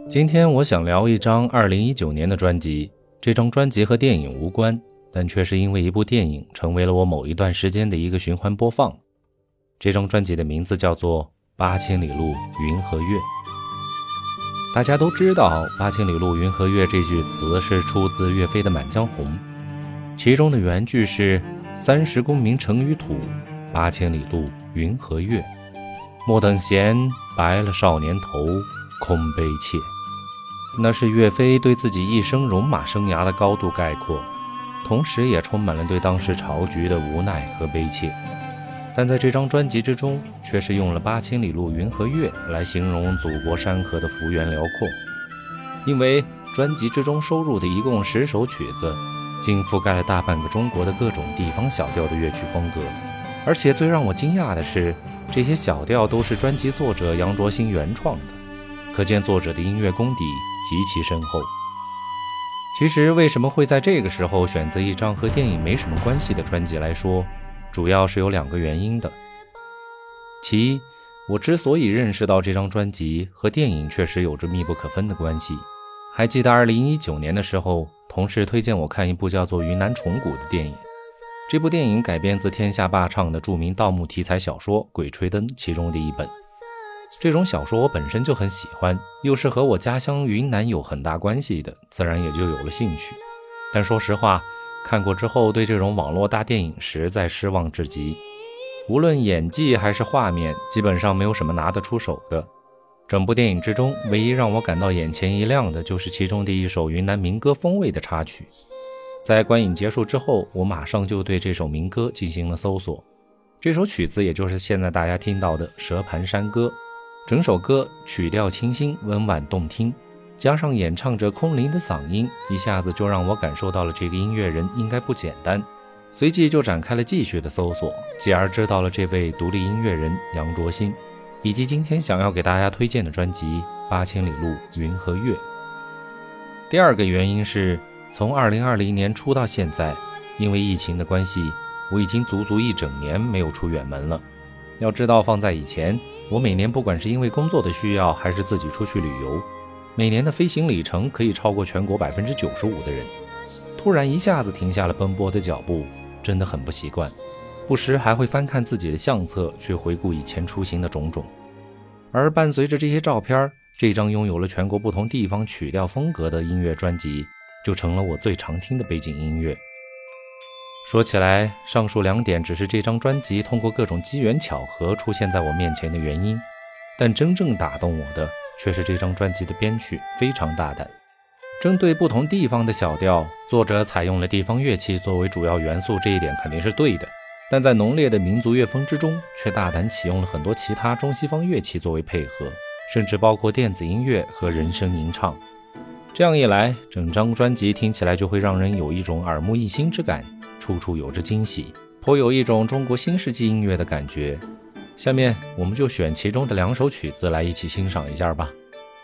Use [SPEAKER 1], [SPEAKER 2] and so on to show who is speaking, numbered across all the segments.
[SPEAKER 1] 今天我想聊一张2019年的专辑，这张专辑和电影无关，但却是因为一部电影成为了我某一段时间的一个循环播放。这张专辑的名字叫做《8000里路云和月》。大家都知道8000里路云和月这句词是出自岳飞的《满江红》，其中的原句是30功名尘与土，8000里路云和月，莫等闲，白了少年头，空悲切。那是岳飞对自己一生戎马生涯的高度概括，同时也充满了对当时朝局的无奈和悲切。但在这张专辑之中，却是用了8000里路云和月来形容祖国山河的幅员辽阔。因为专辑之中收录的一共10首曲子，竟覆盖了大半个中国的各种地方小调的乐曲风格。而且最让我惊讶的是，这些小调都是专辑作者杨卓兴原创的，可见作者的音乐功底极其深厚。其实为什么会在这个时候选择一张和电影没什么关系的专辑来说，主要是有2个原因的。其一，我之所以认识到这张专辑和电影确实有着密不可分的关系。还记得2019年的时候，同事推荐我看一部叫做《云南虫谷》的电影。这部电影改编自天下霸唱的著名盗墓题材小说《鬼吹灯》其中的一本。这种小说我本身就很喜欢，又是和我家乡云南有很大关系的，自然也就有了兴趣。但说实话，看过之后对这种网络大电影实在失望至极，无论演技还是画面，基本上没有什么拿得出手的。整部电影之中，唯一让我感到眼前一亮的就是其中的一首云南民歌风味的插曲。在观影结束之后，我马上就对这首民歌进行了搜索。这首曲子也就是现在大家听到的《蛇盘山歌》。整首歌曲调清新，温婉动听，加上演唱者空灵的嗓音，一下子就让我感受到了这个音乐人应该不简单。随即就展开了继续的搜索，继而知道了这位独立音乐人杨卓兴，以及今天想要给大家推荐的专辑《8000里路云和月》。第2个原因是，从2020年初到现在，因为疫情的关系，我已经足足1整年没有出远门了。要知道放在以前，我每年不管是因为工作的需要还是自己出去旅游，每年的飞行里程可以超过全国 95% 的人。突然一下子停下了奔波的脚步，真的很不习惯，不时还会翻看自己的相册，去回顾以前出行的种种。而伴随着这些照片，这张拥有了全国不同地方曲调风格的音乐专辑就成了我最常听的背景音乐。说起来，上述2点只是这张专辑通过各种机缘巧合出现在我面前的原因，但真正打动我的却是这张专辑的编曲非常大胆。针对不同地方的小调，作者采用了地方乐器作为主要元素，这一点肯定是对的，但在浓烈的民族乐风之中，却大胆启用了很多其他中西方乐器作为配合，甚至包括电子音乐和人声吟唱。这样一来，整张专辑听起来就会让人有一种耳目一新之感，处处有着惊喜，颇有一种中国新世纪音乐的感觉。下面我们就选其中的2首曲子来一起欣赏一下吧。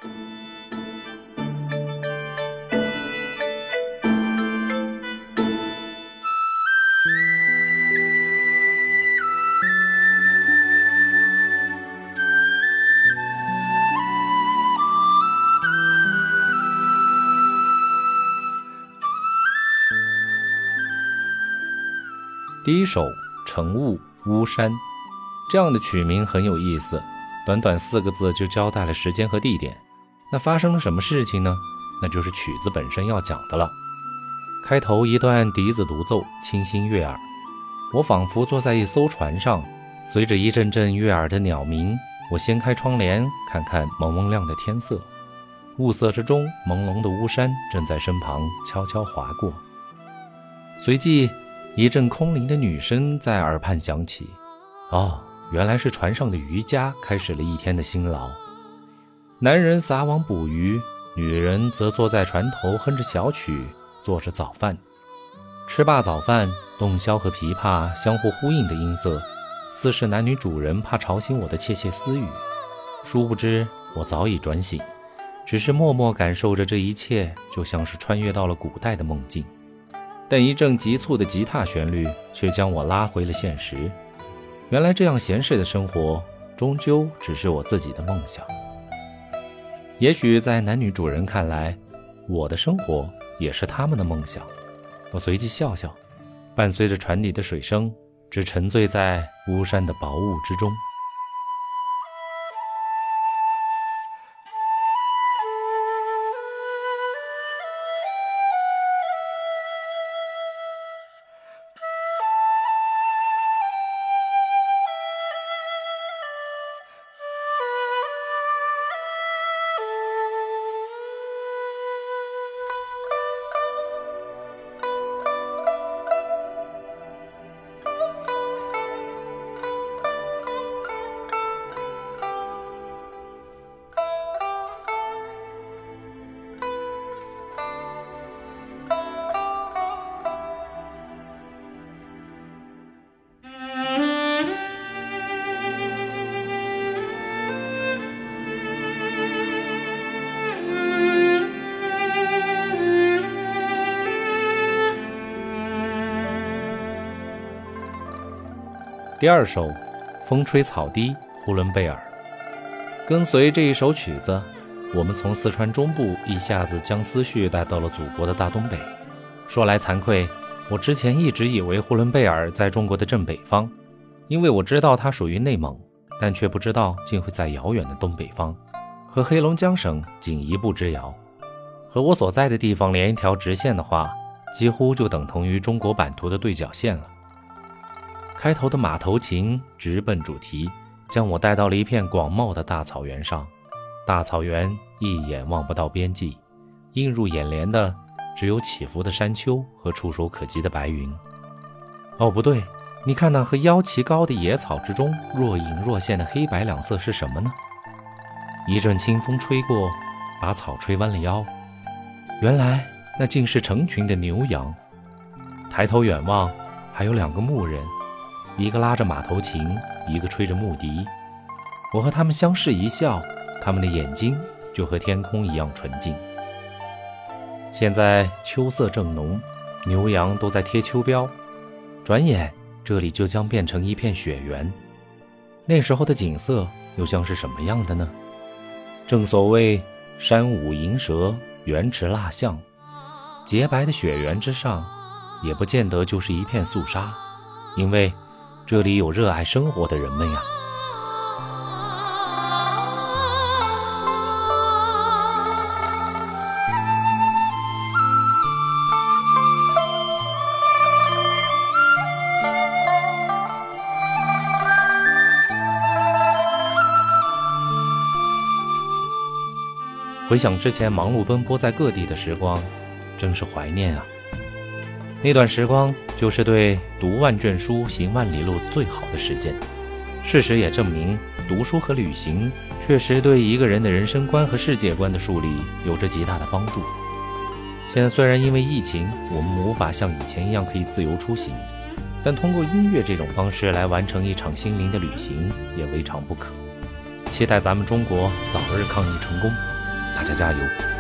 [SPEAKER 1] 第1首《晨雾巫山》，这样的曲名很有意思，短短4个字就交代了时间和地点。那发生了什么事情呢？那就是曲子本身要讲的了。开头一段笛子独奏，清新悦耳，我仿佛坐在一艘船上，随着一阵阵悦耳的鸟鸣，我掀开窗帘，看看蒙蒙亮的天色，雾色之中，朦胧的巫山正在身旁悄悄划过。随即一阵空灵的女声在耳畔响起，原来是船上的渔家开始了一天的辛劳。男人撒网捕鱼，女人则坐在船头哼着小曲，做着早饭。吃罢早饭，洞箫和琵琶相互呼应的音色，似是男女主人怕吵醒我的窃窃私语。殊不知我早已转醒，只是默默感受着这一切，就像是穿越到了古代的梦境。但一阵急促的吉他旋律却将我拉回了现实。原来这样闲适的生活终究只是我自己的梦想。 也许在男女主人看来，我的生活也是他们的梦想。我随即笑笑，伴随着船里的水声，只沉醉在巫山的薄雾之中。第二首，风吹草低，呼伦贝尔。跟随这一首曲子，我们从四川中部一下子将思绪带到了祖国的大东北。说来惭愧，我之前一直以为呼伦贝尔在中国的正北方，因为我知道它属于内蒙，但却不知道竟会在遥远的东北方，和黑龙江省仅一步之遥。和我所在的地方连一条直线的话，几乎就等同于中国版图的对角线了。开头的马头琴直奔主题，将我带到了一片广袤的大草原上。大草原一眼望不到边际，映入眼帘的只有起伏的山丘和触手可及的白云。哦，不对，你看那和腰齐高的野草之中若隐若现的黑白两色是什么呢？一阵清风吹过，把草吹弯了腰，原来那竟是成群的牛羊。抬头远望，还有两个牧人，一个拉着马头琴，一个吹着木笛。我和他们相视一笑，他们的眼睛就和天空一样纯净。现在秋色正浓，牛羊都在贴秋膘，转眼这里就将变成一片雪原。那时候的景色又将是什么样的呢？正所谓山舞银蛇，原驰蜡象，洁白的雪原之上也不见得就是一片肃杀，因为这里有热爱生活的人们呀。回想之前忙碌奔波在各地的时光，真是怀念啊。那段时光就是对读万卷书行万里路最好的实践。事实也证明，读书和旅行确实对一个人的人生观和世界观的树立有着极大的帮助。现在虽然因为疫情我们无法像以前一样可以自由出行，但通过音乐这种方式来完成一场心灵的旅行也未尝不可。期待咱们中国早日抗疫成功，大家加油！